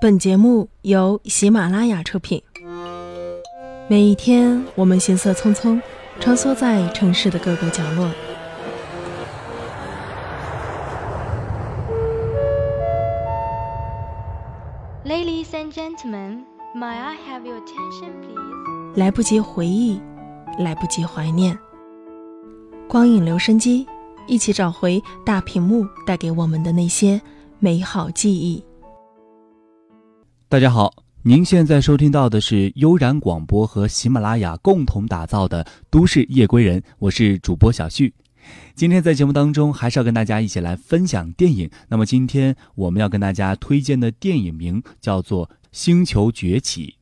本节目由喜马拉雅出品。每一天，我们行色匆匆，穿梭在城市的各个角落。 Ladies and gentlemen, may I have your attention, please? 来不及回忆，来不及怀念。光影留声机，一起找回大屏幕带给我们的那些美好记忆。 大家好，您现在收听到的是悠然广播和喜马拉雅共同打造的都市夜归人，我是主播小旭。今天在节目当中还是要跟大家一起来分享电影，那么今天我们要跟大家推荐的电影名叫做《星球崛起》。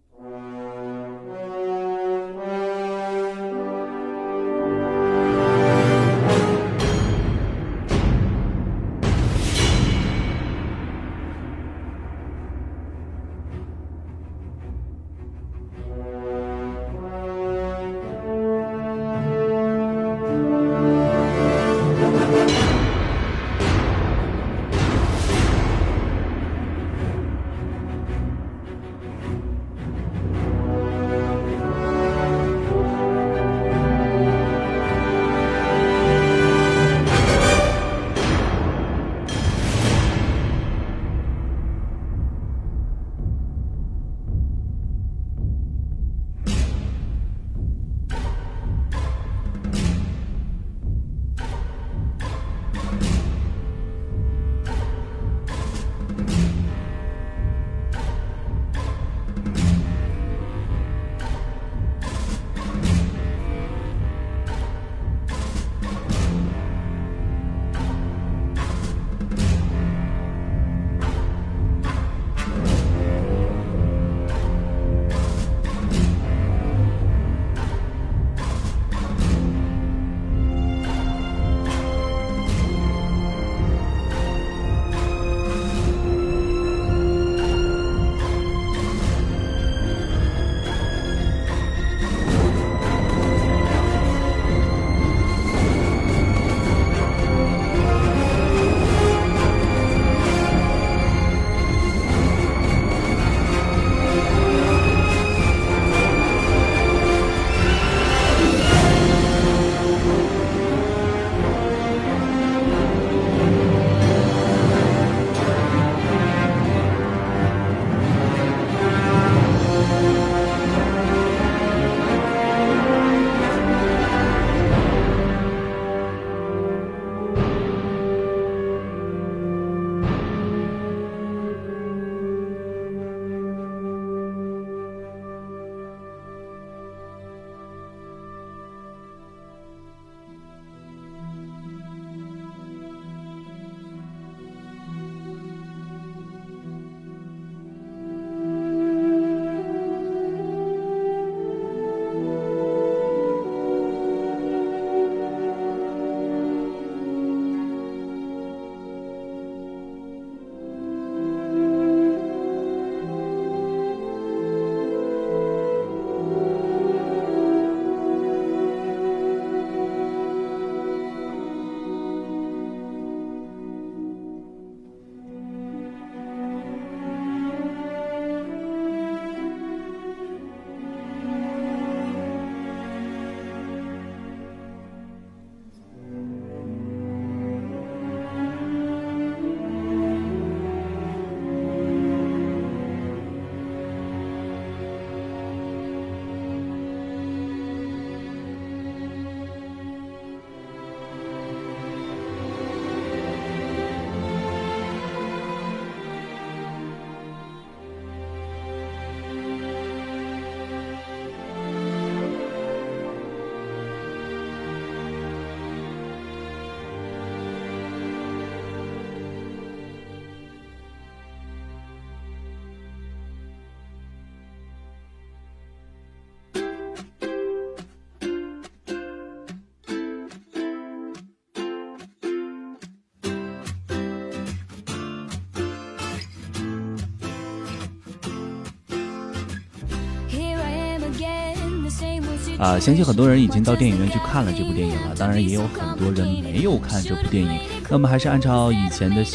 相信很多人已经到电影院去看了这部电影了，当然也有很多人没有看这部电影。那么还是按照以前的习惯，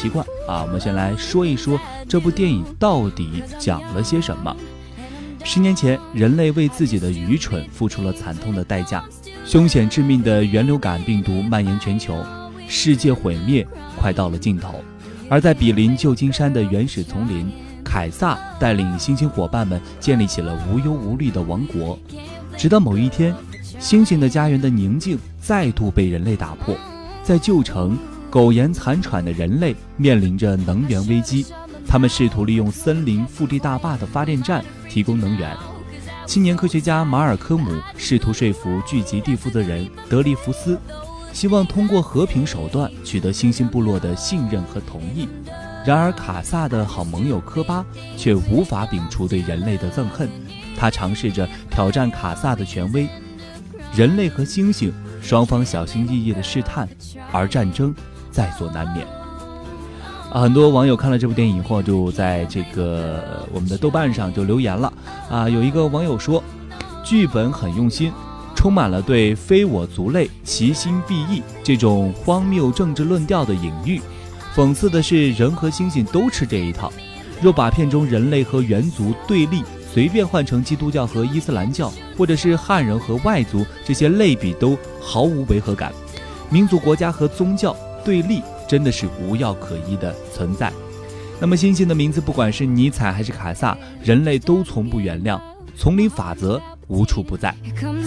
我们先来说一说这部电影到底讲了些什么。10年前，人类为自己的愚蠢付出了惨痛的代价，凶险致命的原流感病毒蔓延全球，世界毁灭快到了尽头。而在比邻旧金山的原始丛林，凯撒带领猩猩伙伴们建立起了无忧无虑的王国。直到某一天，猩猩的家园的宁静再度被人类打破，在旧城，苟延残喘的人类面临着能源危机，他们试图利用森林腹地大坝的发电站提供能源。青年科学家马尔科姆试图说服聚集地负责人德利福斯，希望通过和平手段取得猩猩部落的信任和同意。然而卡萨的好盟友科巴却无法摒除对人类的憎恨，他尝试着挑战卡萨的权威。人类和猩猩双方小心翼翼的试探，而战争在所难免。很多网友看了这部电影以后，就在这个我们的豆瓣上就留言了有一个网友说，剧本很用心，充满了对非我族类其心必异这种荒谬政治论调的隐喻。讽刺的是，人和猩猩都吃这一套，若把片中人类和猿族对立随便换成基督教和伊斯兰教，或者是汉人和外族，这些类比都毫无违和感。民族国家和宗教对立真的是无药可医的存在。那么猩猩的名字不管是尼采还是卡萨，人类都从不原谅，丛林法则无处不在。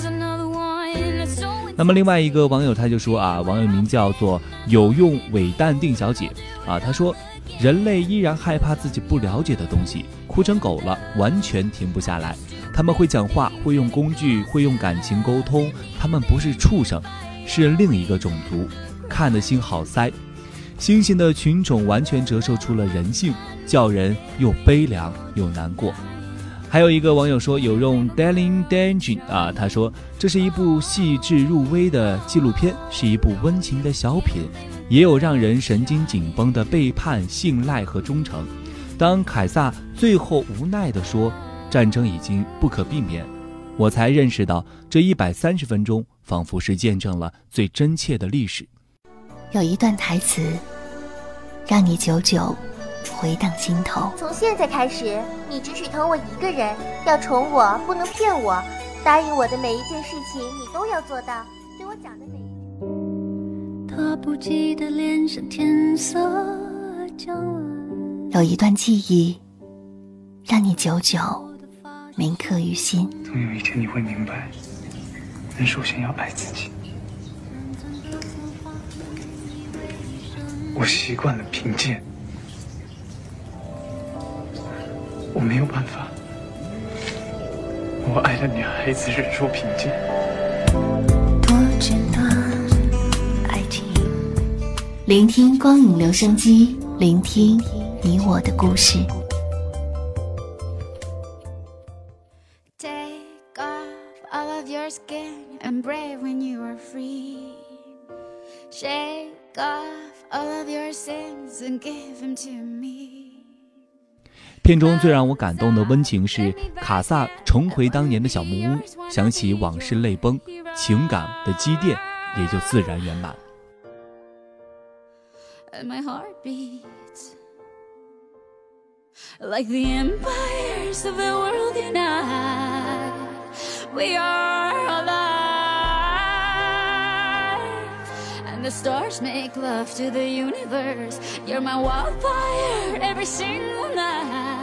那么另外一个网友他就说网友名叫做有用伪淡定小姐他说，人类依然害怕自己不了解的东西，哭成狗了，完全停不下来。他们会讲话，会用工具，会用感情沟通，他们不是畜生，是另一个种族，看得心好塞。猩猩的群种完全折射出了人性，叫人又悲凉又难过。还有一个网友说有用 Darling Danger 他说，这是一部细致入微的纪录片，是一部温情的小品，也有让人神经紧绷的背叛、信赖和忠诚。当凯撒最后无奈地说战争已经不可避免，我才认识到这130分钟仿佛是见证了最真切的历史。 有一段台词让你久久回荡心头。 从现在开始，你只许疼我一个人，要宠我，不能骗我，答应我的每一件事情你都要做到，对我讲的每一句。 他不记得脸上天色将晚。有一段记忆让你久久铭刻于心。 总有一天你会明白，人首先要爱自己。我习惯了贫贱，我没有办法，我爱的女孩子忍受贫贱。 多简单爱情，聆听光影留声机，聆听你我的故事。 Take off all of your skin and brave when you are free. Shake off all of your sins and give them to me. 片中最让我感动的温情是卡萨重回当年的小木屋，想起往事泪崩，情感的积淀也就自然圆满。 And my heart beats like the empires of the world unite. We are alive, and the stars make love to the universe. You're my wildfire every single night.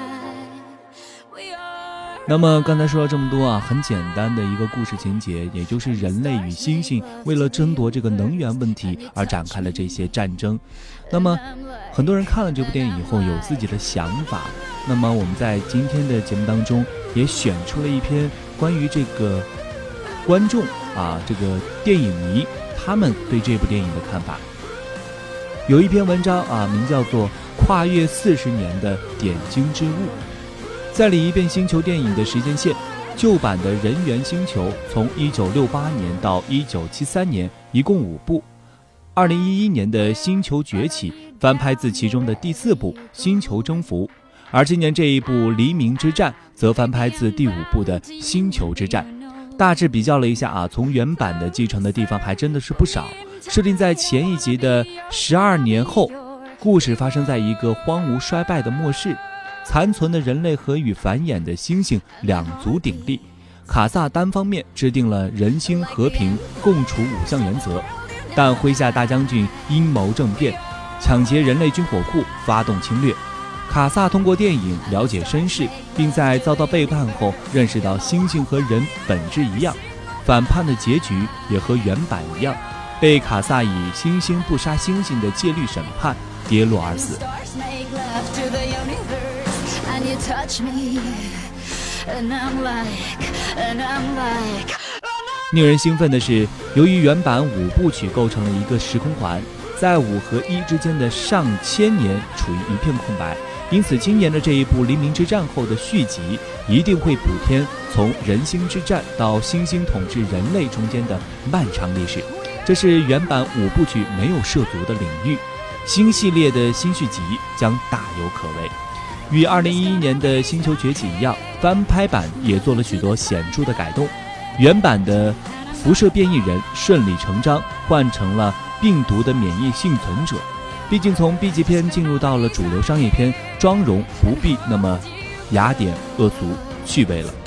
那么刚才说了这么多很简单的一个故事情节，也就是人类与猩猩为了争夺这个能源问题而展开了这些战争。那么很多人看了这部电影以后有自己的想法，那么我们在今天的节目当中也选出了一篇关于这个观众这个电影迷他们对这部电影的看法。有一篇文章名叫做《跨越40年的点睛之物》。再理一遍星球电影的时间线，旧版的人猿星球从1968年到1973年一共5部，2011年的星球崛起翻拍自其中的第4部星球征服，而今年这一部黎明之战则翻拍自第5部的星球之战。大致比较了一下从原版的继承的地方还真的是不少。设定在前一集的12年后， 故事发生在一个荒芜衰败的末世，残存的人类和与繁衍的猩猩两足鼎立。卡萨单方面制定了人猩和平共处5项原则，但麾下大将军阴谋政变，抢劫人类军火库，发动侵略。卡萨通过电影了解身世，并在遭到背叛后认识到猩猩和人本质一样，反叛的结局也和原版一样，被卡萨以猩猩不杀猩猩的戒律审判，跌落而死。令人兴奋的是，由于原版5部曲构成了一个时空环，在5和1之间的上千年处于一片空白，因此今年的这一部黎明之战后的续集一定会补填从人猩之战到猩猩统治人类中间的漫长历史，这是原版5部曲没有涉足的领域。新系列的新续集将大有可为。与2011年的星球崛起一样，翻拍版也做了许多显著的改动。原版的辐射变异人顺理成章换成了病毒的免疫幸存者，毕竟从 B 级片进入到了主流商业片，妆容不必那么雅典恶俗趣味了。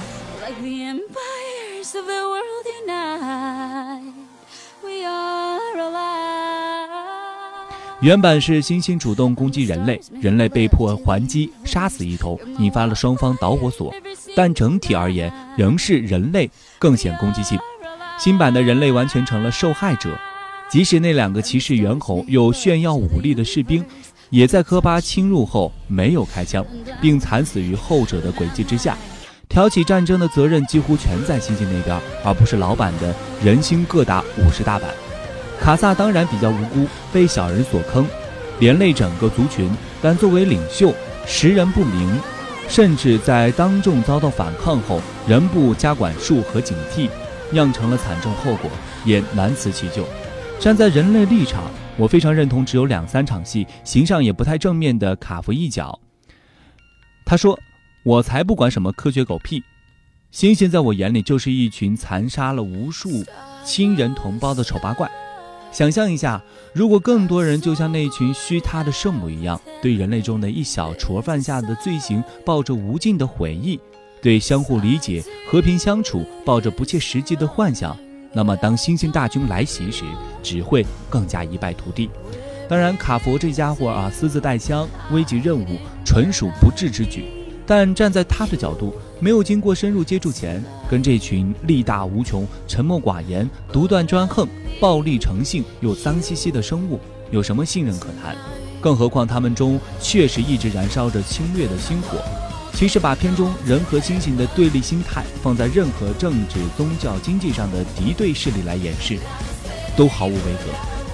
原版是猩猩主动攻击人类，人类被迫还击，杀死一头，引发了双方导火索，但整体而言仍是人类更显攻击性。新版的人类完全成了受害者，即使那2个骑士猿猴有炫耀武力的士兵，也在科巴侵入后没有开枪，并惨死于后者的诡计之下。挑起战争的责任几乎全在猩猩那边，而不是老版的人猩各打50大板。卡萨当然比较无辜，被小人所坑，连累整个族群，但作为领袖识人不明，甚至在当众遭到反抗后仍不加管束和警惕，酿成了惨重后果，也难辞其咎。站在人类立场，我非常认同只有2-3场戏形象也不太正面的卡夫一角。他说，我才不管什么科学狗屁，猩猩在我眼里就是一群残杀了无数亲人同胞的丑八怪。想象一下，如果更多人就像那群虚他的圣母一样，对人类中的一小撮犯下的罪行抱着无尽的悔意，对相互理解和平相处抱着不切实际的幻想，那么当猩猩大军来袭时，只会更加一败涂地。当然卡佛这家伙私自带枪危及任务，纯属不智之举，但站在他的角度，没有经过深入接触前，跟这群力大无穷、沉默寡言、独断专横、暴力成性又脏兮兮的生物有什么信任可谈？更何况他们中确实一直燃烧着侵略的星火。其实把片中人和猩猩的对立心态放在任何政治、宗教、经济上的敌对势力来掩饰，都毫无违和。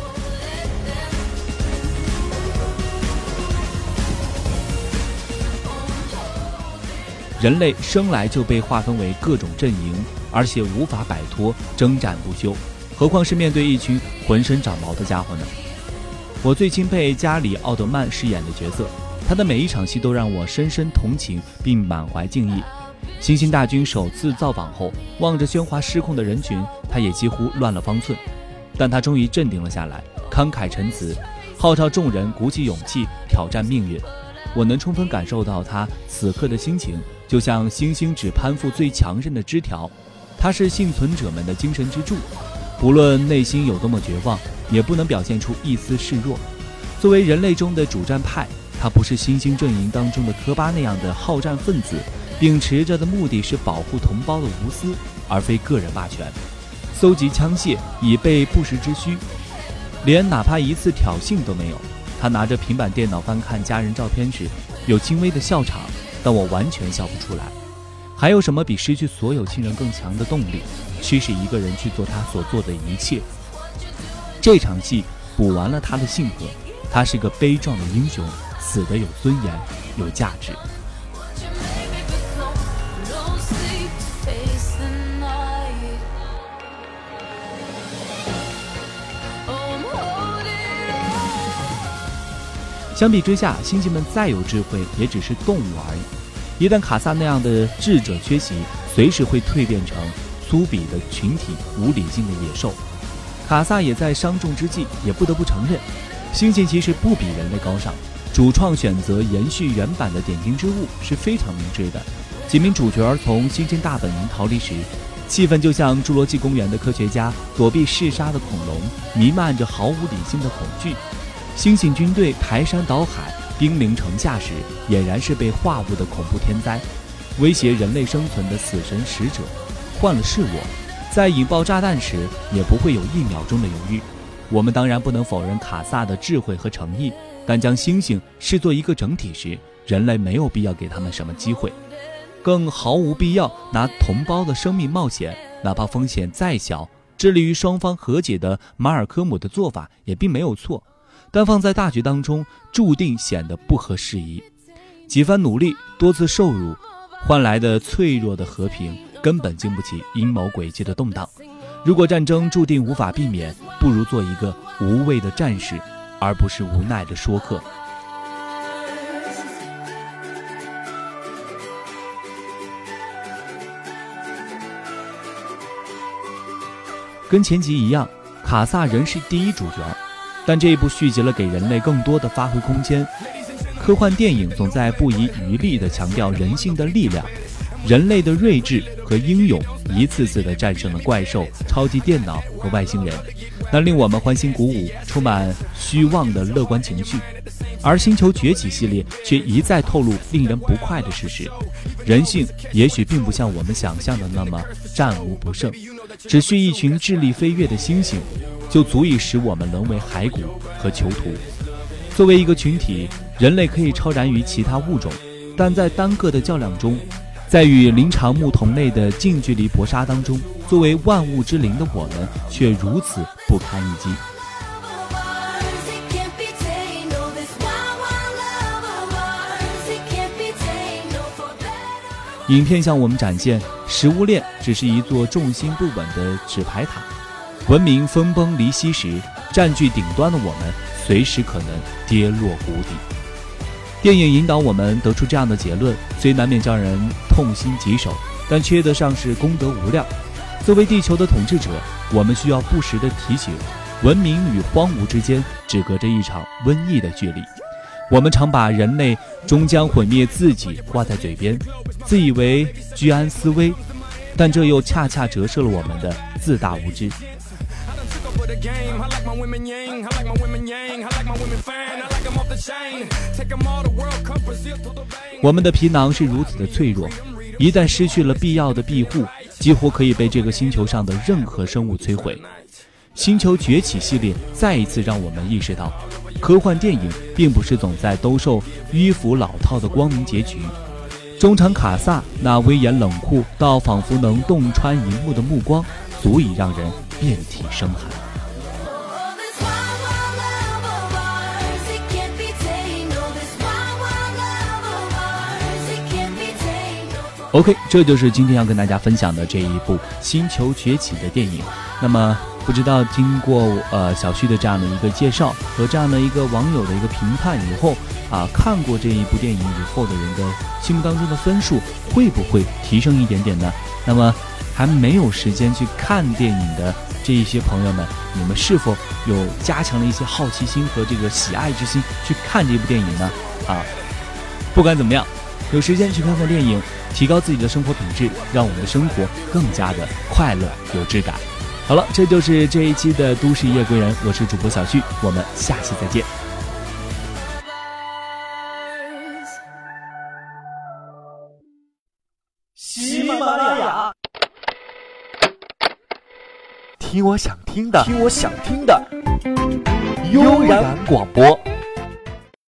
人类生来就被划分为各种阵营，而且无法摆脱，征战不休，何况是面对一群浑身长毛的家伙呢？我最钦佩加里奥德曼饰演的角色，他的每一场戏都让我深深同情并满怀敬意。猩猩大军首次造访后，望着喧哗失控的人群，他也几乎乱了方寸，但他终于镇定了下来，慷慨陈词，号召众人鼓起勇气挑战命运。我能充分感受到他此刻的心情，就像猩猩只攀附最强韧的枝条，他是幸存者们的精神支柱，不论内心有多么绝望，也不能表现出一丝示弱。作为人类中的主战派，他不是猩猩阵营当中的科巴那样的好战分子，秉持着的目的是保护同胞的无私，而非个人霸权。搜集枪械以备不时之需，连哪怕一次挑衅都没有。他拿着平板电脑翻看家人照片时，有轻微的笑场，但我完全笑不出来。还有什么比失去所有亲人更强的动力，驱使一个人去做他所做的一切？这场戏补完了他的性格，他是个悲壮的英雄，死得有尊严，有价值。相比之下，猩猩们再有智慧，也只是动物而已。一旦卡萨那样的智者缺席，随时会蜕变成粗鄙的群体、无理性的野兽。卡萨也在伤重之际，也不得不承认， 猩猩其实不比人类高尚，主创选择延续原版的点睛之物是非常明智的。几名主角从猩猩大本营逃离时，气氛就像侏罗纪公园的科学家躲避嗜杀的恐龙，弥漫着毫无理性的恐惧。猩猩军队排山倒海兵临城下时，俨然是被化物的恐怖天灾，威胁人类生存的死神使者。换了是我，在引爆炸弹时也不会有1秒钟的犹豫。我们当然不能否认卡萨的智慧和诚意，但将猩猩视作一个整体时，人类没有必要给他们什么机会，更毫无必要拿同胞的生命冒险，哪怕风险再小。致力于双方和解的马尔科姆的做法也并没有错，但放在大局当中，注定显得不合时宜。几番努力，多次受辱，换来的脆弱的和平，根本经不起阴谋诡计的动荡。如果战争注定无法避免，不如做一个无畏的战士，而不是无奈的说客。跟前集一样，卡萨仍是第一主角，但这一部续集了给人类更多的发挥空间。科幻电影总在不遗余力地强调人性的力量，人类的睿智和英勇一次次地战胜了怪兽、超级电脑和外星人，那令我们欢欣鼓舞，充满虚妄的乐观情绪。而星球崛起系列却一再透露令人不快的事实，人性也许并不像我们想象的那么战无不胜，只需一群智力飞跃的猩猩，就足以使我们沦为骸骨和囚徒。作为一个群体，人类可以超然于其他物种，但在单个的较量中，在与灵长目同类的近距离搏杀当中，作为万物之灵的我们却如此不堪一击。影片向我们展现，食物链只是一座重心不稳的纸牌塔，文明分崩离析时，占据顶端的我们随时可能跌落谷底。电影引导我们得出这样的结论，虽难免叫人痛心疾首，但缺得上是功德无量。作为地球的统治者，我们需要不时地提醒，文明与荒芜之间只隔着一场瘟疫的距离。我们常把人类终将毁灭自己挂在嘴边，自以为居安思危，但这又恰恰折射了我们的自大无知。我们的皮囊是如此的脆弱，一旦失去了必要的庇护，几乎可以被这个星球上的任何生物摧毁。星球崛起系列再一次让我们意识到，科幻电影并不是总在兜售迂腐老套的光明结局。中场卡萨那威严冷酷到仿佛能洞穿银幕的目光，足以让人遍体生寒。OK， 这就是今天要跟大家分享的这一部《星球崛起》的电影。那么不知道经过小旭的这样的一个介绍和这样的一个网友的一个评判以后看过这一部电影以后的人的心目当中的分数会不会提升一点点呢？那么还没有时间去看电影的这一些朋友们，你们是否有加强了一些好奇心和这个喜爱之心去看这部电影呢？不管怎么样，有时间去看看电影，提高自己的生活品质，让我们的生活更加的快乐有质感。好了，这就是这一期的都市夜归人，我是主播小旭，我们下期再见。 喜马拉雅，听我想听的，悠然广播。